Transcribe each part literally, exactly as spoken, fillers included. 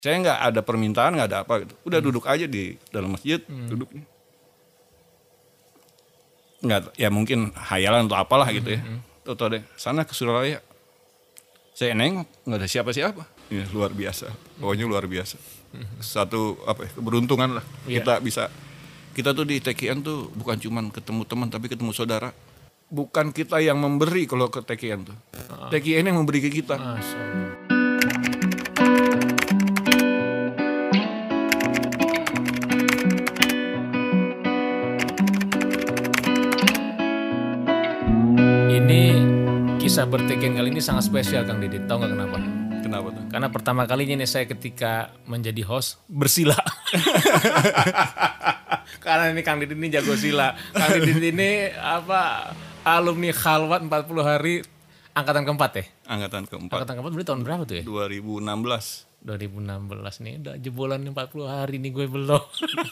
Saya nggak ada permintaan, nggak ada apa gitu. Udah hmm. duduk aja di dalam masjid, hmm. duduk. Nggak, ya mungkin hayalan atau apalah hmm. gitu ya. Tahu-tahu deh, sana ke Suralaya. Saya nengok, nggak ada siapa-siapa. Ya, luar biasa, pokoknya luar biasa. Satu apa ya, keberuntungan lah. Yeah. Kita bisa, kita tuh di T K N tuh bukan cuma ketemu teman, tapi ketemu saudara. Bukan kita yang memberi kalau ke T K N tuh. Uh-huh. T K N yang memberi ke kita. Ini kisah ber-T K N kali ini sangat spesial Kang Didit. Tahu nggak kenapa? Kenapa tuh? Karena pertama kalinya nih saya ketika menjadi host bersila. Karena ini Kang Didit ini jago sila. Kang Didit ini apa alumni Khalwat empat puluh hari angkatan keempat ya? Angkatan keempat. Angkatan keempat berarti tahun berapa tuh ya? dua ribu enam belas. dua ribu enam belas nih udah jebolan empat puluh hari nih gue belum.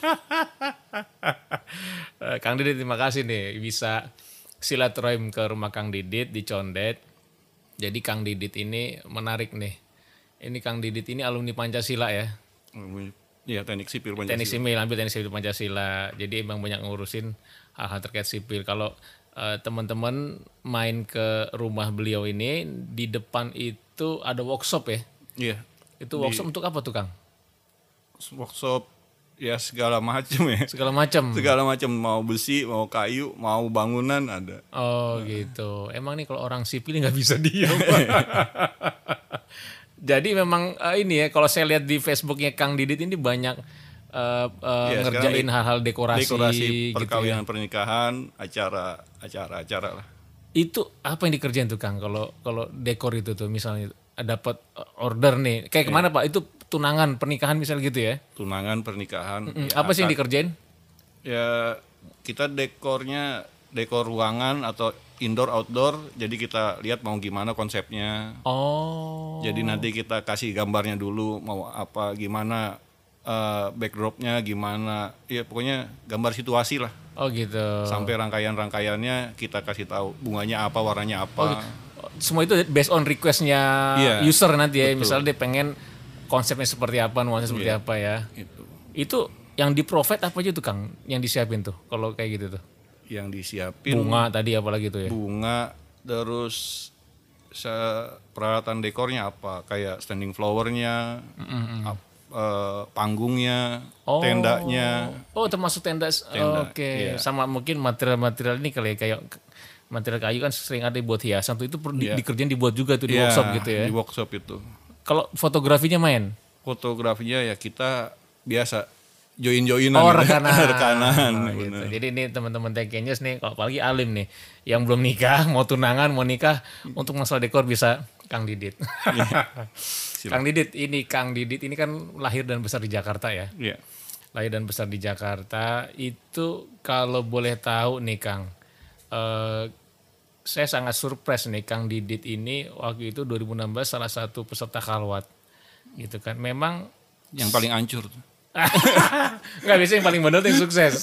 Kang Didit terima kasih nih bisa silaturahim ke rumah Kang Didit di Condet. Jadi Kang Didit ini menarik nih. Ini Kang Didit ini alumni Pancasila ya? Iya, teknik sipil Pancasila. Teknik sipil, ambil teknik sipil Pancasila. Jadi emang banyak ngurusin hal-hal terkait sipil. Kalau uh, teman-teman main ke rumah beliau ini, di depan itu ada workshop ya? Iya. Itu workshop di, untuk apa tuh Kang? Workshop ya segala macam ya. Segala macam. Segala macam, mau besi, mau kayu, mau bangunan ada. Oh gitu. Emang nih kalau orang sipil nggak bisa diam. Jadi memang uh, ini ya, kalau saya lihat di Facebooknya Kang Didit ini banyak uh, uh, ya, ngerjain de- hal-hal dekorasi, dekorasi perkawinan, gitu ya. Pernikahan, acara, acara-acara lah. Itu apa yang dikerjain tuh Kang? Kalau kalau dekor itu tuh misalnya dapat order nih, kayak kemana ya. Pak? Itu tunangan, pernikahan misal gitu ya? Tunangan, pernikahan. Mm-hmm. Ya, apa sih yang dikerjain? Ya kita dekornya, dekor ruangan atau indoor outdoor, jadi kita lihat mau gimana konsepnya. Oh. Jadi nanti kita kasih gambarnya dulu mau apa, gimana uh, backdropnya, gimana, ya pokoknya gambar situasi lah. Oh gitu. Sampai rangkaian-rangkaiannya kita kasih tahu bunganya apa, warnanya apa. Oh, gitu. Semua itu based on requestnya yeah, user nanti ya. Betul. Misalnya dia pengen konsepnya seperti apa, nuansanya seperti yeah, apa ya. Itu. Itu yang di provide apa aja tuh Kang? Yang disiapin tuh kalau kayak gitu tuh? Yang disiapin bunga tadi apalagi tuh ya, bunga, terus peralatan dekornya apa, kayak standing flowernya, mm-hmm. ap, uh, panggungnya, oh. tendanya. Oh termasuk tenda, tenda. Oke okay. yeah. Sama mungkin material-material ini kali ya, kayak material kayu kan sering ada buat hiasan tuh, itu yeah. di, dikerjain dibuat juga tuh di yeah, workshop gitu ya. Di workshop itu. Kalau fotografinya main? Fotografinya ya kita biasa join-joinan. Oh rekanan. rekanan oh, gitu. Jadi ini teman-teman T K N-ers nih, kalau apalagi alim nih, yang belum nikah, mau tunangan, mau nikah, hmm. untuk masalah dekor bisa Kang Didit. Yeah. Kang Didit, ini Kang Didit ini kan lahir dan besar di Jakarta ya? Iya. Yeah. Lahir dan besar di Jakarta, itu kalau boleh tahu nih Kang, eh, saya sangat surprise nih Kang Didit ini waktu itu dua ribu enam belas salah satu peserta Khalwat. Gitu kan, memang yang paling hancur tuh. Nggak, biasanya yang paling benar tuh yang sukses.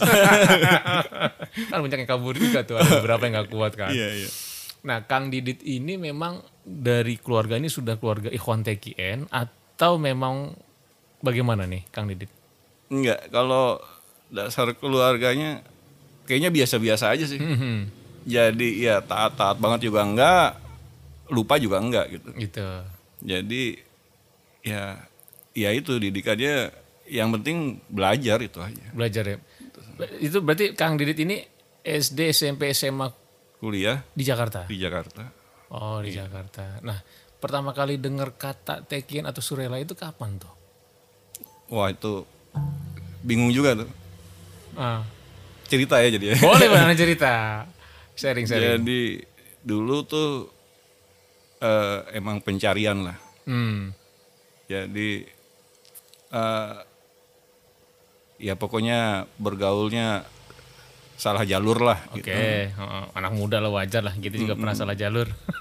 Kan banyak yang kabur juga tuh, ada beberapa yang nggak kuat kan. Iya, iya. Nah Kang Didit ini memang dari keluarga ini sudah keluarga Ikhwan T K N atau memang bagaimana nih Kang Didit? Enggak, kalau dasar keluarganya kayaknya biasa-biasa aja sih. Mm-hmm. Jadi ya taat-taat banget juga enggak, lupa juga enggak gitu. Gitu. Jadi ya ya itu didikannya. Yang penting belajar itu aja. Belajar ya. Itu berarti Kang Didit ini S D, S M P, S M A, kuliah di Jakarta. Di Jakarta. Oh di iya. Jakarta. Nah pertama kali dengar kata T K N atau Surela itu kapan tuh? Wah itu bingung juga tuh. Ah. Cerita ya jadi. Boleh banget cerita. Sharing-sharing. Jadi dulu tuh uh, emang pencarian lah. Hmm. Jadi uh, ya pokoknya bergaulnya salah jalur lah. Oke, okay. gitu. Oh, anak muda lah wajar lah, gitu juga mm-hmm. pernah salah jalur.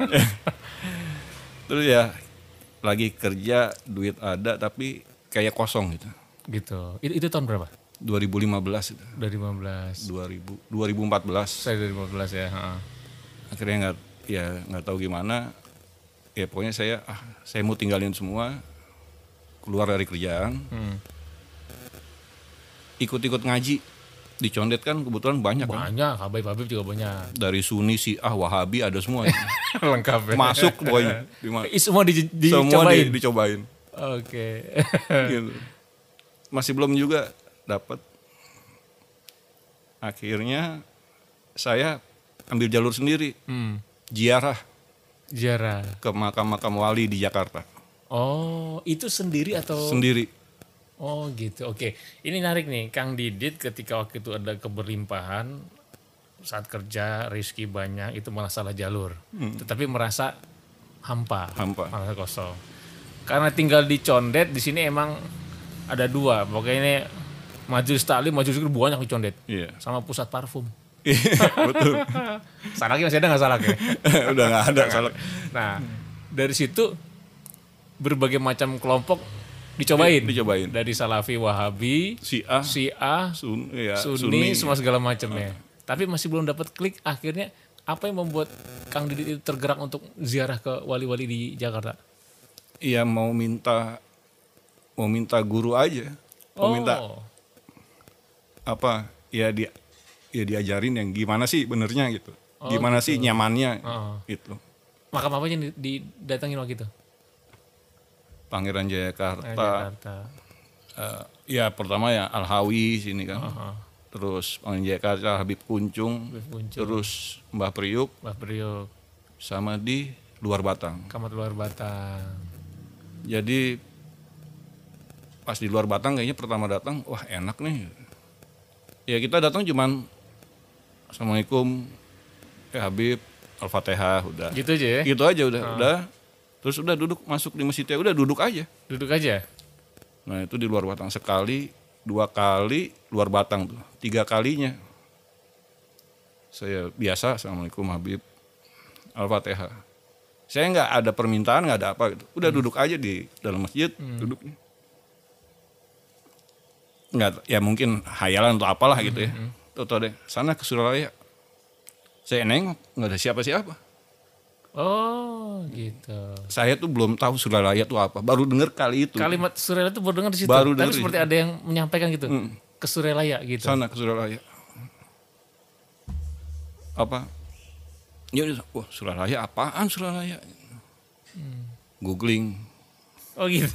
Terus ya lagi kerja, duit ada tapi kayak kosong gitu. Gitu. Itu, itu tahun berapa? dua ribu lima belas itu. dua ribu lima belas. dua ribu, dua ribu empat belas. Saya dua ribu empat belas ya. Ha. Akhirnya nggak ya nggak tahu gimana. Ya pokoknya saya ah saya mau tinggalin semua. keluar dari kerjaan, Hmm. ikut-ikut ngaji di Condet kan kebetulan banyak kan. Banyak, Habib-Habib juga banyak. Dari Sunni, Syiah, Wahabi ada semua. Lengkap ya. Masuk pokoknya. Dima- Ih, semua di, Semua dicobain. di- dicobain. Oke. Gitu. Masih belum juga dapat. Akhirnya saya ambil jalur sendiri, Hmm. ziarah Ziarah. ke makam-makam wali di Jakarta Oh, itu sendiri atau? sendiri. Oh gitu, oke. Ini narik nih, Kang Didit ketika waktu itu ada keberlimpahan, saat kerja rezeki banyak, itu malah salah jalur. Tetapi merasa hampa, Hampa. merasa kosong. Karena tinggal di Condet, di sini emang ada dua. Pokoknya ini majelis taklim, majelis zikir banyak di Condet. Iya. Sama pusat parfum. Betul. Salaknya masih ada nggak salak ya? Udah nggak ada salah. Nah, dari situ berbagai macam kelompok dicobain. Dicobain. Dari Salafi, Wahabi, Syiah, Syiah, Sun, ya, Sunni, semua segala macamnya. Tapi masih belum dapat klik. Akhirnya apa yang membuat Kang Didit itu tergerak untuk ziarah ke wali-wali di Jakarta? Iya mau minta mau minta guru aja. Mau minta Oh, apa? Ya dia ya diajarin yang gimana sih benernya gitu. Oh, Gimana sih nyamannya Oh. gitu. makam apa yang di- didatengin waktu itu? Pangeran Eh, Jayakarta. Jakarta. Eh, ya pertama ya Al-Hawi sini kan. Heeh. Terus Pangeran Jayakarta, Habib Kuncung, Habib Kuncung. terus Mbah Priuk Mbah Priok, sama di luar Batang. Kamat Luar Batang. Jadi pas di luar Batang kayaknya pertama datang, wah enak nih. Ya kita datang cuman Assalamualaikum, eh Habib, Al-Fatihah, udah. Gitu aja ya? Gitu aja udah, udah. Terus udah duduk masuk di masjidnya, udah duduk aja. Duduk aja? Nah itu di luar Batang sekali, dua kali luar Batang tuh, tiga kalinya. Saya biasa, Assalamualaikum Habib, Al-Fatihah. Saya nggak ada permintaan, nggak ada apa gitu. Udah duduk aja di dalam masjid, duduknya. Nggak, ya mungkin hayalan atau apalah gitu ya. Tahu deh, sana ke Suralaya. Saya nengok, nggak ada siapa-siapa. Oh, gitu. Saya tuh belum tahu Suralaya itu apa. Baru dengar kali itu. Kalimat Surelaya itu baru dengar di situ. Baru Tapi dengar di seperti situ. ada yang menyampaikan gitu. Ke Surelaya gitu. Sana ke Suralaya. Apa? Ya, udah, wah Suralaya apaan Suralaya? Googling Oh gitu.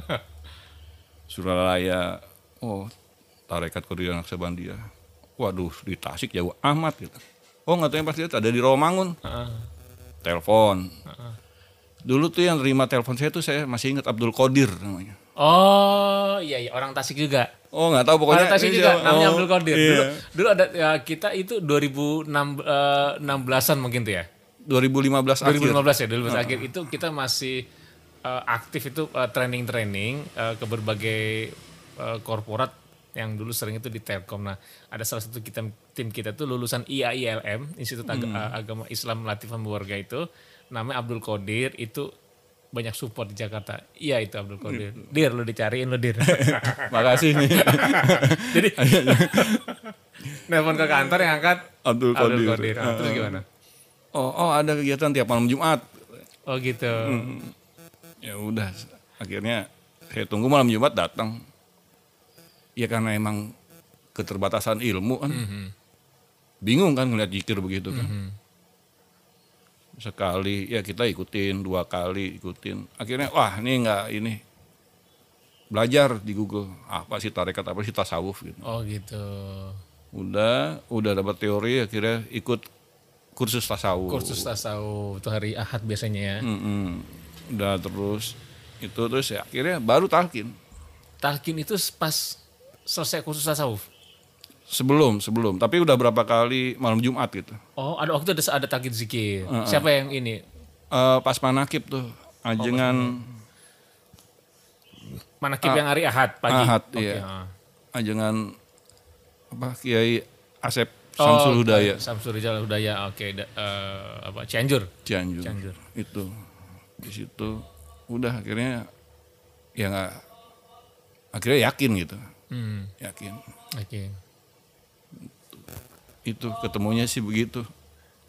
Suralaya. Oh, Tarekat Qadiriyah Naqsabandiyah. Waduh, di Tasik jauh amat gitu. Oh, nggak tahu yang pasti ada di Rawamangun. Heeh. Telepon. Dulu tuh yang terima telepon saya tuh saya masih ingat Abdul Qadir namanya. Oh, iya iya orang Tasik juga. Oh, nggak tahu pokoknya. Orang Tasik ini juga siapa? namanya Oh, Abdul Qadir. iya. Dulu dulu ada ya, kita itu dua ribu enam belasan mungkin tuh ya. dua ribu lima belas dua ribu lima akhir. belas ya, dua ribu lima belas akhir itu kita masih eh, aktif itu eh, training-training eh, ke berbagai eh, korporat yang dulu sering itu di Telkom. Nah, ada salah satu kita tim kita tuh lulusan I A I L M, Institut Aga- eh, Agama Islam Latifah Warga itu, namanya Abdul Qadir, itu banyak support di Jakarta. Iya itu Abdul Qadir. Dir lu dicariin lu Dir. Makasih nih. Jadi nelpon ke kantor yang angkat Abdul Abdul Qadir. Qadir. Ah, terus gimana? Oh, oh ada kegiatan tiap malam Jumat. Oh gitu. Ya udah, akhirnya saya tunggu malam Jumat datang. Ya karena emang keterbatasan ilmu kan. Bingung kan ngeliat zikir begitu kan. Sekali ya kita ikutin, dua kali ikutin. Akhirnya wah ini enggak ini. Belajar di Google, apa sih tarekat, apa sih tasawuf gitu. Oh gitu. Udah, udah dapat teori akhirnya ikut kursus tasawuf. Kursus tasawuf itu hari Ahad biasanya ya. Mm-mm. Udah terus itu terus ya akhirnya baru talqin. Talqin itu pas selesai kursus tasawuf. Sebelum, sebelum. Tapi udah berapa kali malam Jumat gitu. Oh, ada waktu ada ada talqin zikir. Siapa yang ini? Eh, pas manakib tuh, ajengan Manakib yang hari Ahad pagi. Ahad, Oke, iya. ah. ajengan apa Kiai Asep Samsul Hudaya Samsul Hudaya. Oke, da- eh, apa Cianjur. Cianjur. Cianjur. Itu di situ udah akhirnya ya nggak akhirnya yakin gitu. Hmm. Yakin. Oke. Itu ketemunya sih begitu.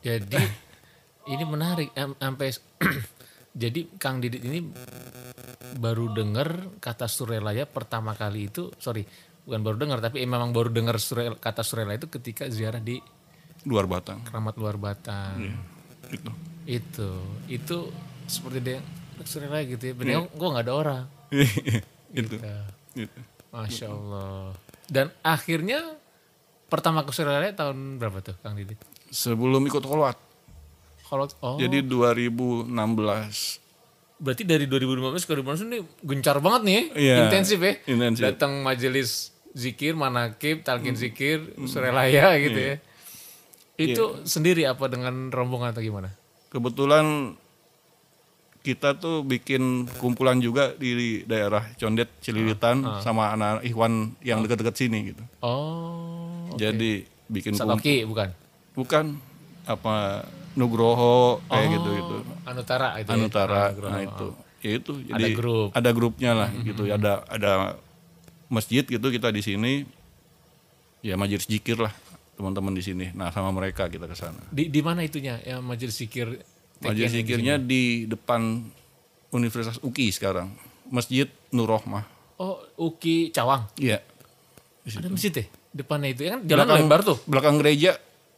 Jadi ini menarik am- sampai jadi Kang Didit ini baru dengar kata Surelaya pertama kali itu, sorry, bukan baru dengar tapi memang baru dengar Surel, kata Surelaya itu ketika ziarah di Luar Batang. Keramat Luar Batang. Iya, itu. Itu, itu seperti dia Surelaya gitu ya. Benar, gue nggak ada orang. Itu. Gitu. Gitu. Masya Allah. Dan akhirnya pertama ke Surelaya tahun berapa tuh Kang Didit? Sebelum ikut kolwat. Kalau oh, Jadi dua ribu enam belas. berarti dari dua ribu lima belas ke dua ribu enam belas ini gencar banget nih, ya? Iya, Intensif ya. intensif. Datang majelis zikir, manakib, talqin zikir, Surelaya gitu ya. Itu sendiri apa dengan rombongan atau gimana? Kebetulan kita tuh bikin kumpulan juga di daerah Condet, Cililitan sama anak Ikhwan yang dekat-dekat sini gitu. Oh. Okay. Jadi bikin Sabaki bukan? Bukan apa Nugroho kayak gitu gitu. Anutara itu. Anutara. Ya? Nah itu. Ya itu. Ada Jadi grup. ada grupnya lah gitu. Ada ada masjid gitu kita di sini. Ya majelis zikir lah teman-teman di sini. Nah sama mereka kita ke sana. Di di mana itunya? Ya majelis zikir. Majelis zikirnya di depan Universitas U K I sekarang. Masjid Nur Rohmah. Oh, U K I Cawang. Iya. Ada masjid deh depannya itu. Ya kan jalan lebar tuh. Belakang gereja.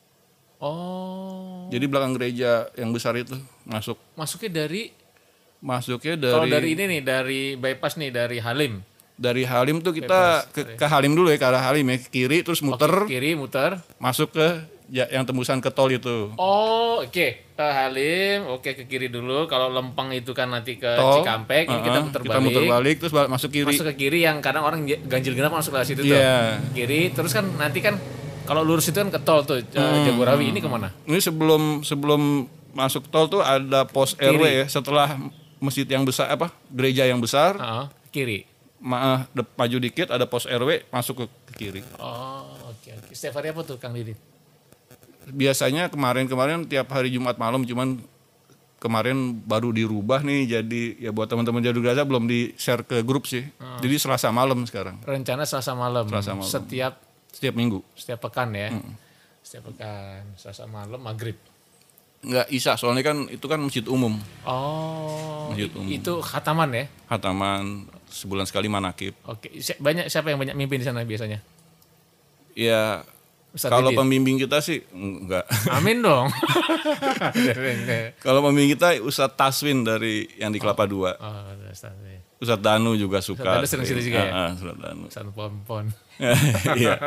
Oh. Jadi belakang gereja yang besar itu masuk. Masuknya dari Masuknya dari kalau dari ini nih, dari bypass nih, dari Halim. Dari Halim tuh kita ke, ke Halim dulu ya, ke arah Halim ya, ke kiri terus muter. Oke, kiri muter. Masuk ke ya, yang tembusan ke tol itu. Oh, oke. Okay. Ke Halim, oke okay, ke kiri dulu. Kalau Lempang itu kan nanti ke Tol, Cikampek, ini uh-uh, kita muter kita balik. muter balik terus balik, masuk kiri. Masuk ke kiri yang kadang orang ganjil genap masuk ke situ yeah. tuh. Kiri, terus kan nanti kan kalau lurus itu kan ke tol tuh, hmm. Jagorawi. Ini kemana? Ini sebelum sebelum masuk tol tuh ada pos kiri. R W ya, setelah masjid yang besar apa? Gereja yang besar. Uh-huh. Kiri. Ma, de, maju dikit ada pos R W, masuk ke, ke kiri. Oh, oke okay, oke. Okay. Setiap hari apa tuh Kang Didit? Biasanya kemarin-kemarin tiap hari Jumat malam, cuman kemarin baru dirubah nih jadi ya buat teman-teman Jadu Gaza belum di-share ke grup sih. Hmm. Jadi Selasa malam sekarang. Rencana Selasa malam. Selasa malam. Setiap setiap minggu. Setiap pekan ya. Hmm. Setiap pekan. Selasa malam maghrib. Enggak Isya, soalnya kan itu kan masjid umum. Oh. Masjid umum. Itu khataman ya? Khataman sebulan sekali manakib. Oke. Banyak siapa yang banyak mimpin di sana biasanya? Ya Ustadz kalau Didit. Pembimbing kita sih enggak. Amin dong. Kalau pembimbing kita Ustadz Taswin dari yang di Kelapa Dua. Oh, Ustadz Danu juga suka. Ustadz Danu sering juga ya. Uh, Ustadz Danu. Ustadz Pompon. Iya.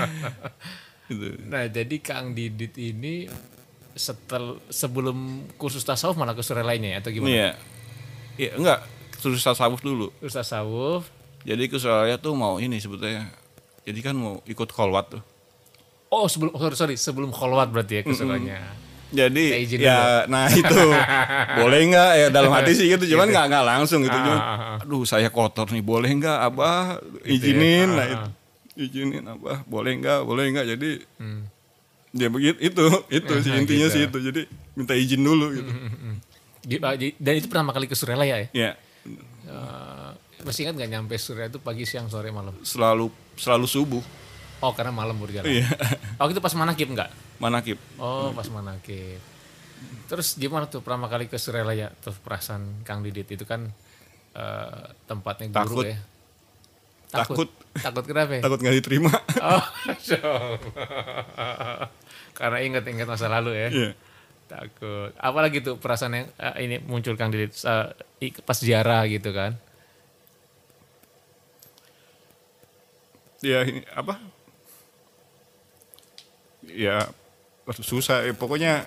Nah jadi Kang Didit ini setel sebelum kursus tasawuf malah ke Surelaya atau gimana? Iya. Iya enggak, kursus tasawuf dulu. Kursus tasawuf. Jadi ke Surelaya tuh mau ini sebetulnya. Jadi kan mau ikut kholwat tuh. Oh sebelum oh, sorry, sorry sebelum kholwat berarti ya ke Surelaya. Mm-hmm. Jadi ya dulu. Nah itu boleh nggak ya dalam hati sih gitu, cuman nggak gitu. nggak langsung gitu. Cuman, aduh saya kotor nih, boleh nggak Abah izinin? Gitu ya? Nah itu, izinin Abah, boleh nggak, boleh nggak? Jadi hmm. ya begitu itu itu sih intinya gitu. Sih itu. Jadi minta izin dulu gitu. Dan itu pertama kali ke Surelaya ya? Iya. Uh, masih ingat nggak nyampe Surelaya itu pagi, siang, sore, malam? Selalu selalu subuh. Oh karena malam berjalan. Iya. Oh itu pas manakib nggak? Manakib. Oh pas manakib. Terus gimana tuh pertama kali ke Surelaya tuh perasaan Kang Didit itu kan uh, tempatnya guru takut. Ya. Takut. Takut. Takut kenapa? Takut nggak diterima. Oh, karena ingat-ingat masa lalu ya. Iya. Takut. Apalagi tuh perasaan yang uh, ini muncul Kang Didit uh, pas ziarah gitu kan? Ya ini apa? Ya susah, eh, pokoknya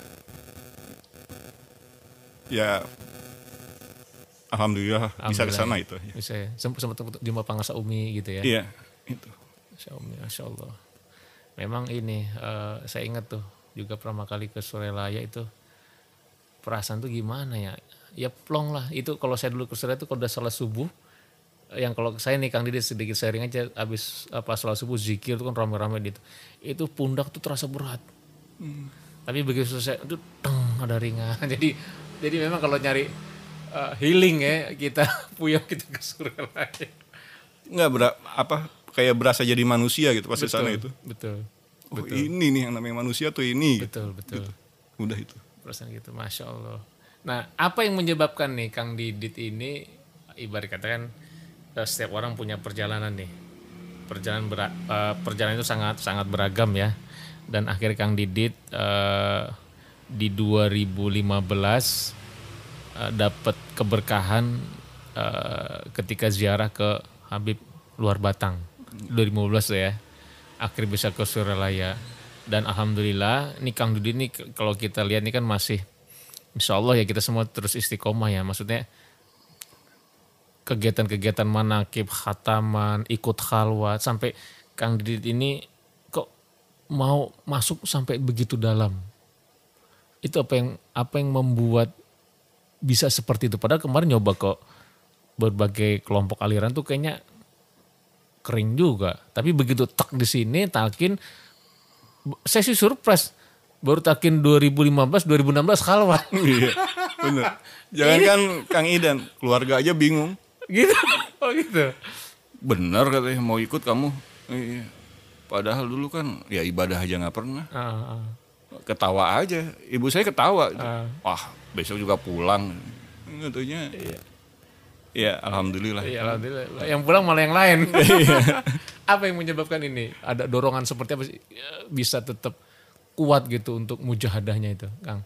ya alhamdulillah, alhamdulillah bisa ke sana itu. Ya. Bisa ya. Sempat jumpa Pangasa Umi gitu ya. Iya, itu. Masya Umi, Masya Allah. Memang ini uh, saya ingat tuh juga pertama kali ke Surelaya itu perasaan tuh gimana ya? Ya plong lah. Itu kalau saya dulu ke Surelaya itu kalau udah salat subuh, yang kalau saya nih Kang Didit sedikit sharing aja, abis apa salat subuh zikir itu kan rame-rame gitu. Itu pundak tuh terasa berat. Hmm. Tapi begitu selesai itu teng ada ringan. Jadi jadi memang kalau nyari uh, healing ya kita puyeng kita ke Surelaya. Enggak berat apa kayak berasa jadi manusia gitu pas di sana itu. Betul. Oh, betul. Ini nih yang namanya manusia tuh ini. Betul, betul. Gitu. Udah itu. Perasaan gitu, Masya Allah. Nah, apa yang menyebabkan nih Kang Didit ini ibarat kata kan eh, setiap orang punya perjalanan nih. Perjalanan bera- eh, perjalanan itu sangat sangat beragam ya. Dan akhirnya Kang Didit eh, di dua ribu lima belas eh, dapat keberkahan eh, ketika ziarah ke Habib luar Batang dua ribu lima belas tuh ya. Akhirnya bisa ke Suralaya. Dan alhamdulillah nih Kang Didit nih k- kalau kita lihat nih kan masih insya Allah ya kita semua terus istiqomah ya. Maksudnya kegiatan-kegiatan manakib, khataman, ikut khalwat sampai Kang Didit ini kok mau masuk sampai begitu dalam. Itu apa yang apa yang membuat bisa seperti itu? Padahal kemarin nyoba kok berbagai kelompok aliran tuh kayaknya kering juga. Tapi begitu tak di sini takin, saya sih surprise. Baru takin dua ribu lima belas, dua ribu enam belas khalwat. Iya, bener. Jangan kan Kang Idan, keluarga aja bingung. Gitu. Oh gitu. Bener katanya mau ikut kamu. Iya. Padahal dulu kan ya ibadah aja nggak pernah. Ah, ah. Ketawa aja. Ibu saya ketawa. Ah. Wah besok juga pulang. Katanya. Iya. Ya alhamdulillah. Iya, alhamdulillah. Yang pulang malah yang lain. Apa yang menyebabkan ini? Ada dorongan seperti apa sih ya, bisa tetap kuat gitu untuk mujahadahnya itu, Kang?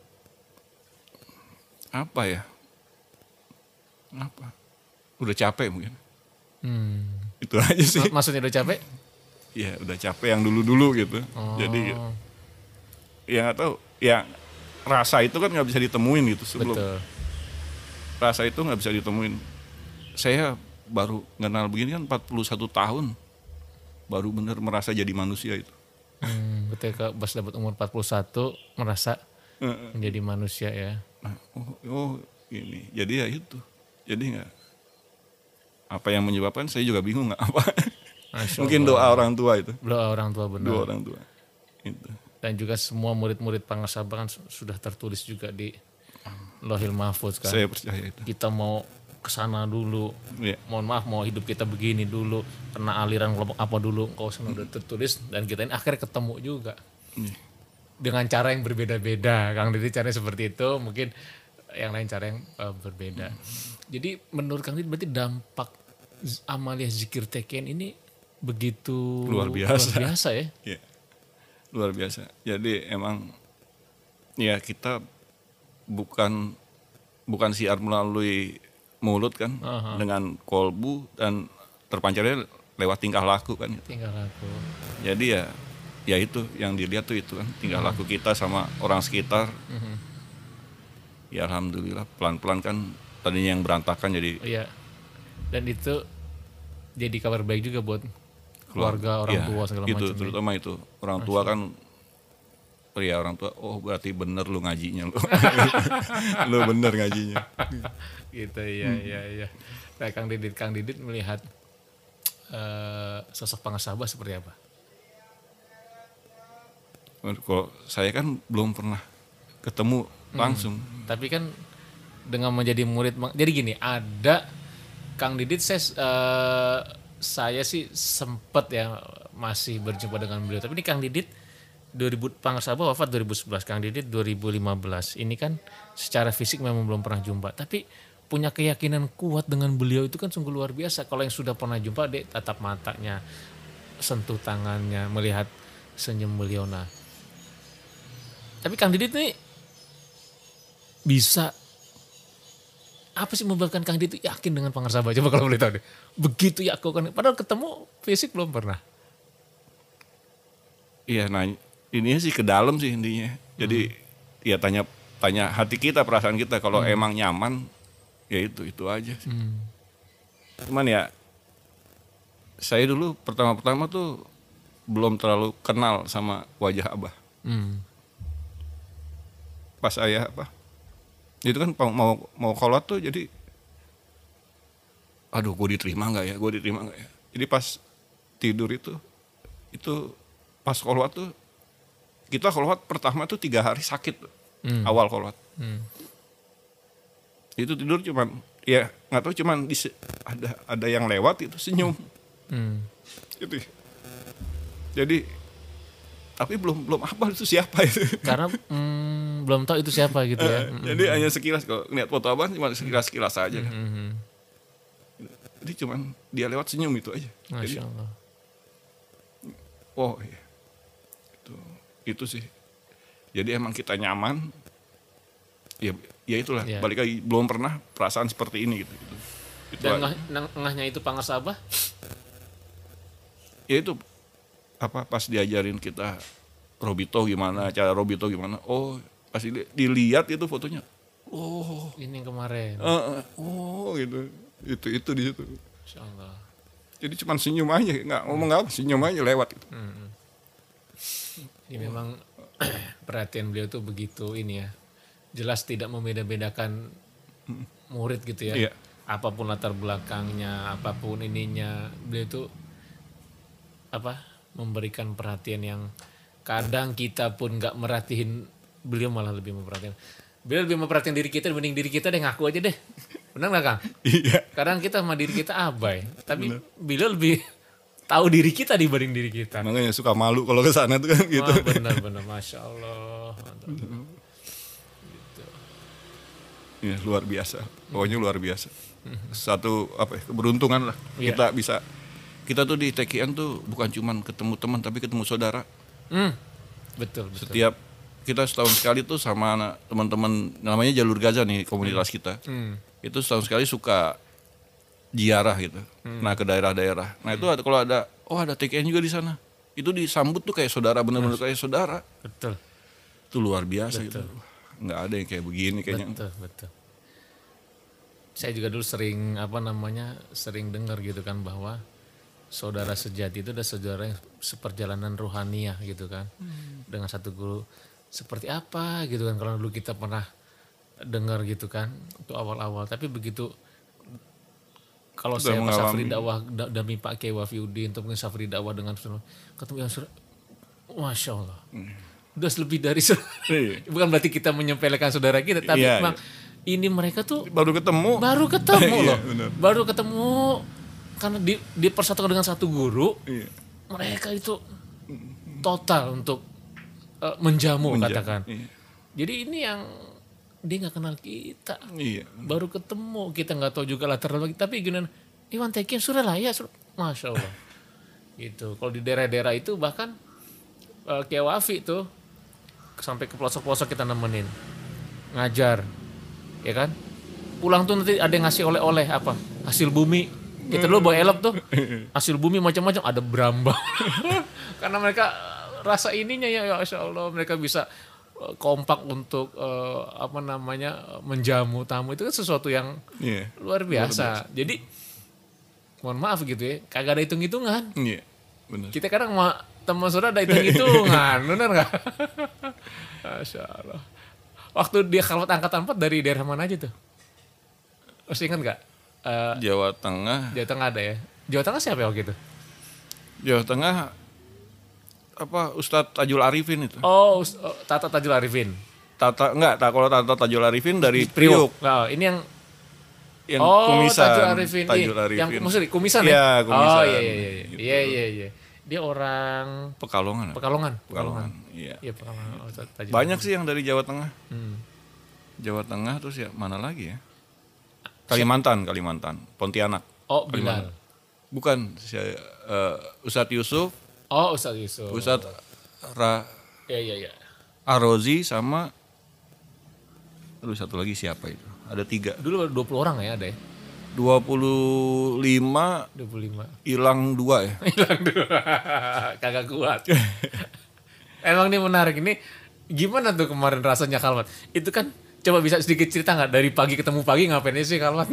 Apa ya? Apa? Udah capek mungkin. Hmm. Itu aja sih. Ma- Maksudnya udah capek? Ya udah capek yang dulu-dulu gitu. Oh. Jadi ya nggak tahu. Ya rasa itu kan nggak bisa ditemuin gitu sebelum. Betul. Rasa itu nggak bisa ditemuin. Saya baru kenal begini kan empat puluh satu tahun. Baru bener merasa jadi manusia itu. Hmm, ketika pas dapat umur empat puluh satu merasa Heeh. menjadi manusia ya. Nah, oh, oh ini. Jadi ya itu. Jadi nggak. Apa yang menyebabkan saya juga bingung nggak apa. Masya Mungkin Allah. doa orang tua itu. Doa orang tua benar. Doa orang tua. Itu. Dan juga semua murid-murid Pangasaba kan su- sudah tertulis juga di Lohil Mahfuz kan. Saya percaya itu. Kita mau kesana dulu, Ya. mohon maaf mau hidup kita begini dulu, kena aliran kelompok apa dulu, kau sana udah tertulis dan kita ini akhirnya ketemu juga Iya. dengan cara yang berbeda-beda. Kang Didi caranya seperti itu, mungkin yang lain cara yang uh, berbeda. Jadi menurut Kang Didi berarti dampak z- amalia zikir teken ini begitu Luar biasa. luar biasa ya. Ya, luar biasa. Jadi emang ya kita bukan bukan siar melalui mulut kan, Aha. dengan kolbu dan terpancarnya lewat tingkah laku kan. Tinggal aku. Jadi ya ya itu yang dilihat tuh itu kan tingkah laku kita sama orang sekitar. Mhm. Ya alhamdulillah pelan-pelan kan tadinya yang berantakan jadi Iya. Dan itu jadi kabar baik juga buat keluarga, orang ya, tua segala itu, macam. ya. terutama itu orang tua kan. Oh ya orang tua, oh berarti bener lu ngajinya lu. Lu bener ngajinya. Gitu ya, ya, ya. Nah, Kang Didit, Kang Didit melihat eh, sosok Pangasaba seperti apa? Kalau saya kan belum pernah ketemu langsung. Tapi kan dengan menjadi murid, jadi gini, ada Kang Didit, saya, eh, saya sih sempet ya masih berjumpa dengan beliau. Tapi ini Kang Didit dua ribu Pangasaba wafat dua ribu sebelas, Kang Didit dua ribu lima belas. Ini kan secara fisik memang belum pernah jumpa, tapi punya keyakinan kuat dengan beliau itu kan sungguh luar biasa. Kalau yang sudah pernah jumpa, dek, tatap matanya, sentuh tangannya, melihat senyum beliau. Nah, tapi Kang Didit nih bisa apa sih membuatkan Kang Didit yakin dengan Pangasaba? Coba kalau boleh tahu deh. Begitu ya aku kan, padahal ketemu fisik belum pernah. Iya, nah ini sih ke dalam sih intinya. Jadi ya tanya tanya hati kita, perasaan kita. Kalau emang nyaman, ya itu itu aja sih. Hmm. Cuman ya saya dulu pertama-pertama tuh belum terlalu kenal sama wajah Abah. Hmm. Pas saya apa? Itu kan mau mau kolot tuh jadi aduh gue diterima nggak ya? Gue diterima nggak ya? Jadi pas tidur itu itu pas kolot tuh kita kolot pertama tuh tiga hari sakit tuh. Hmm. Awal kolot. Hmm. Itu tidur cuman ya nggak tahu cuman di, ada ada yang lewat itu senyum. Hmm. Gitu. Jadi tapi belum belum apa itu siapa itu. Karena hmm, belum tahu itu siapa gitu ya. Jadi hanya sekilas kalau lihat foto abang cuma sekilas-sekilas aja kan. Hmm. Jadi cuman dia lewat senyum itu aja. Jadi, Masya Allah. oh iya. Itu, itu sih. Jadi emang kita nyaman. Ya, ya itulah. Ya. Balik lagi belum pernah perasaan seperti ini gitu. gitu. Itu Dan aja. ngah- ngahnya itu pangasabah. Ya itu apa pas diajarin kita Robito gimana, cara Robito gimana. Oh, pas dili- dilihat itu fotonya. Oh, Ini yang kemarin. uh, uh, oh gitu. Itu itu di situ. Masya Allah. Jadi cuman senyum aja, nggak ngomong apa, senyum aja lewat gitu. Hmm. Ini memang perhatian beliau tuh begitu ini ya. Jelas tidak membeda-bedakan murid gitu ya. Iya. Apapun latar belakangnya, apapun ininya, beliau tuh apa? Memberikan perhatian yang kadang kita pun nggak merhatiin, beliau malah lebih memperhatikan. Beliau lebih memperhatikan diri kita dibanding diri kita deh, ngaku aja deh. Benar nggak Kang? Iya. Kadang kita sama diri kita abai, tapi beliau lebih tahu diri kita dibanding diri kita. Makanya suka malu kalau ke sana tuh kan gitu. Wah, benar-benar, masya Allah. Ya, luar biasa. Pokoknya luar biasa. Satu apa ya, keberuntungan lah. Iya. Kita bisa kita tuh di T K N tuh bukan cuman ketemu teman tapi ketemu saudara. Hmm, betul, betul. Setiap kita setahun sekali tuh sama anak teman-teman namanya Jalur Gaza nih komunitas kita. Hmm. Itu setahun sekali suka ziarah gitu. Nah, ke daerah-daerah. Nah, itu ada, kalau ada oh ada T K N juga di sana. Itu disambut tuh kayak saudara, benar-benar kayak saudara. Betul. Itu luar biasa gitu. Nggak ada yang kayak begini kayaknya. Betul, betul. Saya juga dulu sering apa namanya sering dengar gitu kan bahwa saudara sejati itu adalah saudara yang seperjalanan rohaniah gitu kan, hmm. dengan satu guru seperti apa gitu kan, kalau dulu kita pernah dengar gitu kan itu awal-awal, tapi begitu kalau Sudah saya pas mengalami. Safri dakwah da- dami Pak Kiai Wafiuddin untuk mungkin Safri dakwah dengan ketemu yang sur- Masya Allah, hmm. udah lebih dari Iya. bukan berarti kita menyempelekan saudara kita, tapi Iya, memang ini mereka tuh Baru ketemu. baru ketemu Iya, loh, benar. baru ketemu karena di dipersatukan dengan satu guru, Iya. mereka itu total untuk uh, menjamu Menja- katakan. Iya. Jadi ini yang dia nggak kenal kita, Iya. baru ketemu kita nggak tahu juga latar belakang, tapi gimana? Iwan Tekin sudah lah ya, sudah. Masya Allah. Gitu. Kalau di daerah-daerah itu bahkan uh, kayak Wafi tuh sampai ke pelosok-pelosok kita nemenin ngajar, ya kan? Pulang tuh nanti ada yang ngasih oleh-oleh apa? Hasil bumi. Kita dulu bawa elop tuh. Hasil bumi macam-macam, ada berambang. Karena mereka rasa ininya ya, ya Masya Allah, mereka bisa uh, kompak untuk uh, apa namanya menjamu tamu, itu kan sesuatu yang Iya. luar biasa. Jadi mohon maaf gitu ya, kagak ada hitung-hitungan. Iya. Benar. Kita kadang sama teman saudara ada hitung-hitungan, bener nggak? Masya Allah. Waktu dia khalwat angkatan empat dari daerah mana aja tuh? Masih ingat nggak? Uh, Jawa Tengah. Jawa Tengah ada ya. Jawa Tengah siapa ya waktu itu? Jawa Tengah apa Ustadz Tajul Arifin itu. Oh, Us- oh, Tata Tajul Arifin. Tata enggak, tak kalau Tata Tajul Arifin dari Priuk Nah, ini yang yang oh, kumisan. Tajul Arifin. Tajul Iya, Arifin. yang maksudnya kumisan Iya, ya? kumisan. Oh iya iya iya. Gitu. Iya iya iya. Dia orang Pekalongan. Pekalongan. Pekalongan. Iya. Iya, Pekalongan. Oh, Tajul Banyak sih yang dari Jawa Tengah. Hmm. Jawa Tengah terus ya mana lagi ya? Kalimantan, Kalimantan, Pontianak. Oh, Bilal. Bukan, saya uh, Ustadz Yusuf, Oh, Ustadz Yusuf. Ustadz Ra Iya iya iya. Arozi sama aduh satu lagi siapa itu? Ada tiga. Dulu dua puluh orang ya ada ya? dua puluh lima dua puluh lima. hilang dua ya. Hilang dua. Kagak kuat. Emang ini menarik, ini gimana tuh kemarin rasanya Khalwat? Itu kan coba bisa sedikit cerita nggak dari pagi ketemu pagi ngapain sih Khalwat?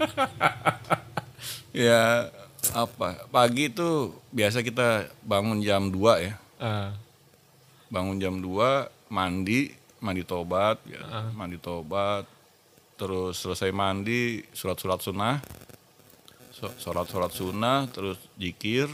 Ya apa? Pagi itu biasa kita bangun jam dua ya. Ah, Bangun jam dua, mandi, mandi tobat, ya, mandi tobat. Terus selesai mandi, surat-surat sunnah. So- Sholat-sholat sunnah, terus zikir.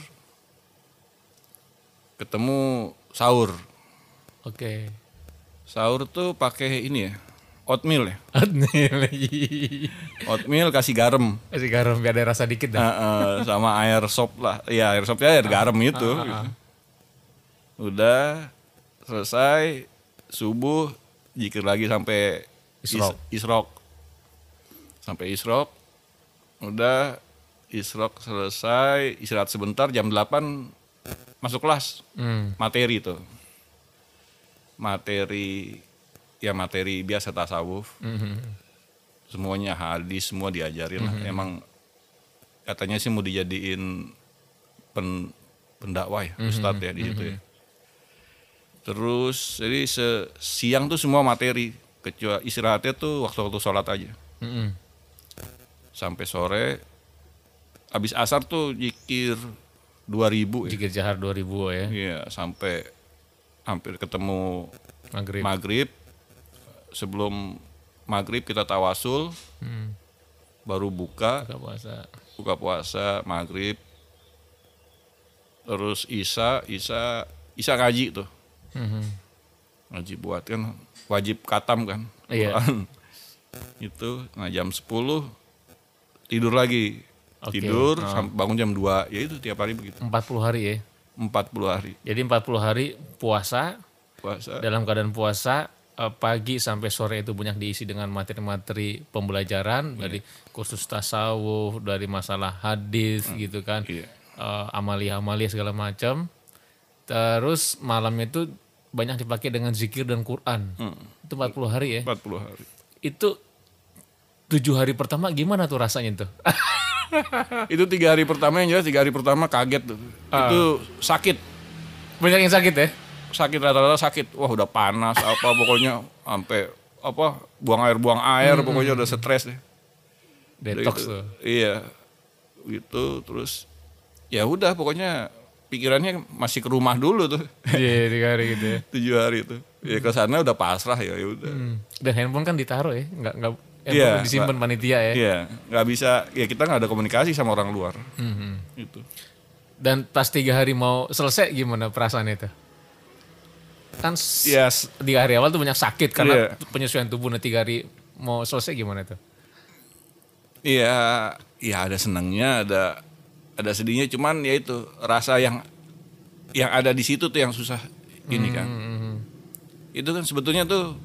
Ketemu sahur. Oke. Sahur tuh pakai ini ya, oatmeal ya. Oatmeal. Oatmeal kasih garam. Kasih garam biar ada rasa dikit dah. Eh, eh, sama air sop lah. Iya, air sopnya air garam itu. ah, ah. gitu. Udah selesai subuh, zikir lagi sampai is- Isrok. isrok. Sampai isrok. Udah isrok selesai, istirahat sebentar, jam delapan masuk kelas. Hmm. Materi tuh. Materi, ya materi biasa tasawuf. Mhm. Semuanya hadis, semua diajarin lah. Mhm. Emang katanya sih mau dijadiin pen, pendakwah ya, ustadz ya di situ ya. Terus jadi se- siang tuh semua materi, kecuali istirahatnya tuh waktu-waktu sholat aja. Mhm. Sampai sore, habis asar tuh jikir dua ribu ya. Jikir jahar dua ribu ya. Iya, sampai hampir ketemu Maghrib. maghrib. Sebelum maghrib kita tawasul, Hmm. baru buka, Buka puasa. buka puasa, maghrib. Terus isya, isya, isya ngaji tuh. Mhm. Ngaji buat kan wajib katam kan. Iya. Quran. Itu, nah jam sepuluh tidur lagi. Oke. Tidur Oh. sampai bangun jam dua, ya itu tiap hari begitu. empat puluh hari ya. empat puluh hari Jadi empat puluh hari puasa, puasa. dalam keadaan puasa eh, pagi sampai sore itu banyak diisi dengan materi-materi pembelajaran dari kursus tasawuf, dari masalah hadis gitu kan. Iya. Eh, amalia-amalia segala macam. Terus malamnya itu banyak dipakai dengan zikir dan Quran. Hmm. Itu empat puluh hari ya. empat puluh hari. Itu tujuh hari pertama gimana tuh rasanya tuh? Itu tiga hari pertama yang jelas tiga hari pertama kaget tuh. Ah. Itu sakit. Banyak yang sakit ya? Sakit rata-rata sakit. Wah udah panas apa pokoknya sampai apa buang air buang air pokoknya udah stres deh. Detox Gitu. tuh. Iya. Gitu terus ya udah pokoknya pikirannya masih ke rumah dulu tuh. Iya, tiga hari gitu ya. Tujuh hari itu. Ya ke sana udah pasrah ya ya udah. Hmm. Dan handphone kan ditaruh ya, nggak nggak handphone Iya, disimpan panitia ya. Iya, nggak bisa ya kita nggak ada komunikasi sama orang luar. Mhm. Itu. Dan pas tiga hari mau selesai gimana perasaan itu? Kan s- Yes. tiga hari awal tuh banyak sakit karena Iya. penyesuaian tubuh. Nah tiga hari mau selesai gimana tuh? Iya, ya ada senangnya, ada ada sedihnya, cuman ya itu rasa yang yang ada di situ tuh yang susah ini kan. Mhm. Itu kan sebetulnya tuh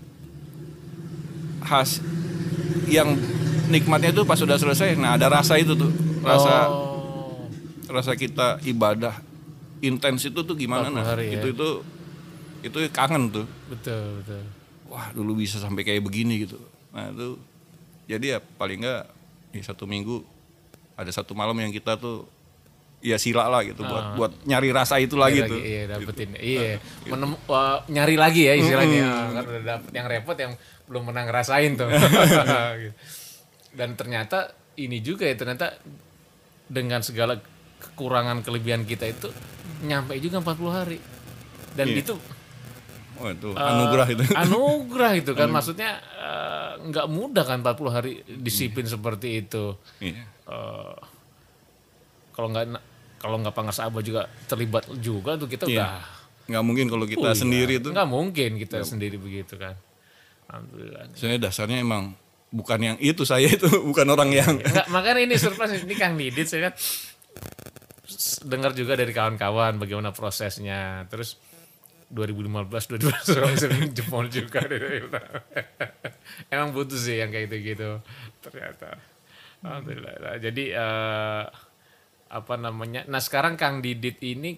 khas yang nikmatnya tuh pas sudah selesai. Nah, ada rasa itu tuh. Rasa Oh. rasa kita ibadah intens itu tuh gimana empat puluh nah. hari ya. Itu itu itu kangen tuh. Betul, betul. Wah, dulu bisa sampai kayak begini gitu. Nah, itu jadi ya paling enggak ya satu minggu ada satu malam yang kita tuh ya sila lah gitu buat Ah. buat nyari rasa itu lagi Nyari tuh. Iya, dapetin. Iya. Menem- wah, nyari lagi ya istilahnya. Kan udah dapet yang repot yang belum pernah ngerasain tuh. Gitu. Dan ternyata ini juga ya, ternyata dengan segala kekurangan kelebihan kita itu nyampe juga empat puluh hari. Dan Iya. itu Oh, itu eh, anugerah itu. anugerah itu kan maksudnya eh, nggak mudah kan empat puluh hari disiplin seperti itu. Iya. Eh, kalau nggak kalau nggak Pangas Abah juga terlibat juga tuh kita Iya. udah Nggak mungkin kalau kita Oh iya, sendiri tuh. nggak mungkin kita sendiri begitu kan. Alhamdulillah. Sebenarnya dasarnya emang bukan yang itu, saya itu bukan orang yang Enggak, makanya ini surprise ini Kang Didit saya kan s- dengar juga dari kawan-kawan bagaimana prosesnya. Terus dua ribu lima belas dua ribu enam belas sering jempol juga deh. Emang butuh sih yang kayak gitu-gitu ternyata. Alhamdulillah. Jadi eh, apa namanya? Nah, sekarang Kang Didit ini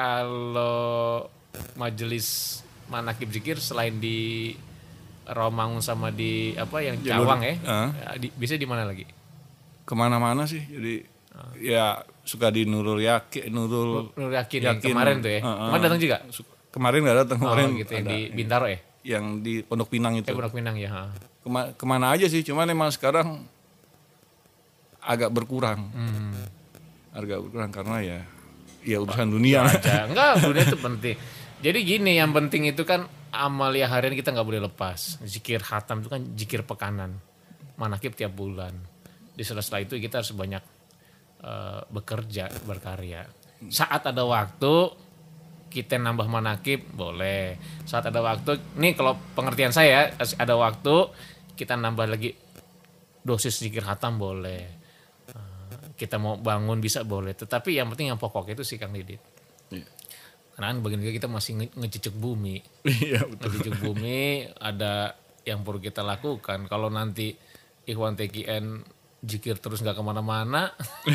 kalau majelis manakib zikir selain di Romangun sama di apa yang Jalur- Cawang ya? Ah. Di, bisa di mana lagi? kemana-mana sih. Jadi ya suka di Nurul Yakin, Nurul Nur Yakin, yang Yakin. kemarin tuh ya. Uh, uh. Kemarin datang juga? Su- Kemarin nggak datang, Oh kemarin gitu yang ada. di Bintaro ya? Yang di Pondok Pinang itu. Eh Pondok Pinang ya. ha. Kema- kemana aja sih, cuman emang sekarang agak berkurang. Hmm. Agak berkurang karena ya ya urusan dunia. Aja. Enggak, dunia itu penting. Jadi gini, yang penting itu kan amalia harian kita nggak boleh lepas. Zikir khatam itu kan zikir pekanan. Manakib tiap bulan. Di sela-sela itu kita harus banyak eh, bekerja, berkarya. Saat ada waktu kita nambah manakib boleh. Saat ada waktu, nih kalau pengertian saya ada waktu kita nambah lagi dosis zikir khatam boleh. Eh, kita mau bangun bisa boleh. Tetapi yang penting yang pokok itu sih Kang Didit. Iya. Karena kan bagian kita masih nge- ngecicuk bumi. Iya betul. Ngecicuk bumi ada yang perlu kita lakukan. Kalau nanti Ikhwan T K N jikir terus nggak kemana-mana.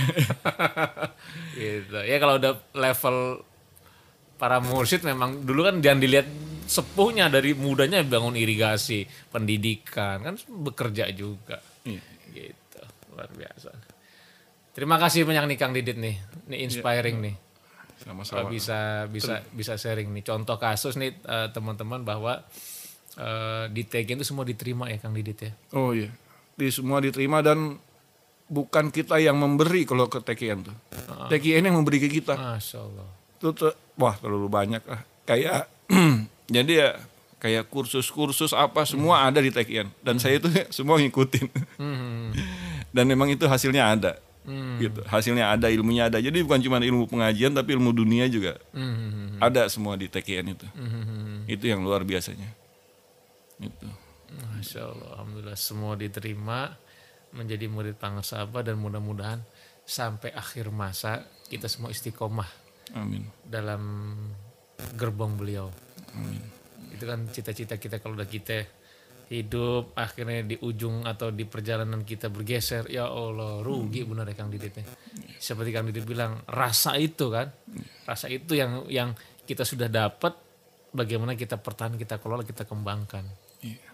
Gitu. Ya kalau udah level para mursyid memang dulu kan jangan dilihat sepuhnya, dari mudanya bangun irigasi, pendidikan, kan bekerja juga. Iya. Gitu, luar biasa. Terima kasih banyak nih Kang Didit nih, ini inspiring nih. Sama-sama. Bisa bisa bisa sharing nih contoh kasus nih uh, teman-teman bahwa uh, di T G itu semua diterima ya Kang Didit ya. Oh iya, di semua diterima dan bukan kita yang memberi kalau ke T K N tuh. Uh-huh. T K N yang memberi ke kita. Masya Allah. Tuh, tuh wah terlalu banyak lah. Kayak jadi ya kayak kursus-kursus apa semua hmm. ada di T K N dan hmm. saya itu semua ngikutin. Hmm. Dan memang itu hasilnya ada. Hmm. Gitu. Hasilnya ada, ilmunya ada. Jadi bukan cuma ilmu pengajian tapi ilmu dunia juga. Hmm. Ada semua di T K N itu. Hmm. Itu yang luar biasanya. Itu. Masya Allah, alhamdulillah semua diterima menjadi murid Pangersaba dan mudah-mudahan sampai akhir masa kita semua istiqomah. Amin. Dalam gerbong beliau. Amin. Itu kan cita-cita kita kalau udah kita hidup akhirnya di ujung atau di perjalanan kita bergeser, ya Allah rugi benar ya Kang Didit. Seperti Kang Didit bilang, rasa itu kan, rasa itu yang yang kita sudah dapat, bagaimana kita pertahan, kita kelola, kita kembangkan. Iya.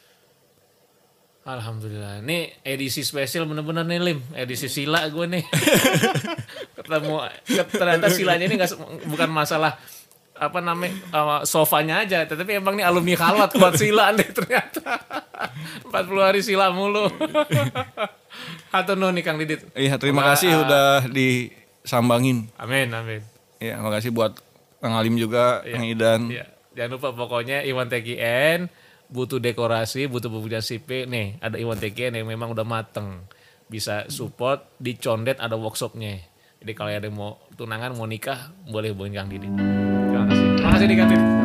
Alhamdulillah. Ini edisi spesial bener-bener nih Lim, edisi sila gue nih. Ketemu ternyata silanya ini nggak, bukan masalah apa namanya uh, sofanya aja, tetapi emang nih alumni khalwat kuat sila nih ternyata. empat puluh hari sila mulu. Hatur nuhun nih Kang Didit. Iya, terima Oma, kasih uh, udah disambangin. Amin, amin. Iya, makasih buat Kang Alim juga, iya, Kang Idan. Iya. Jangan lupa pokoknya Iwan T K N butuh dekorasi, butuh pembukaan S I P, nih ada Iwan T K N yang memang udah mateng. Bisa support, di Condet ada workshopnya. Jadi kalau ada yang mau tunangan, mau nikah, boleh hubungin Kang Didit. Terima kasih. Terima kasih Kang Didit.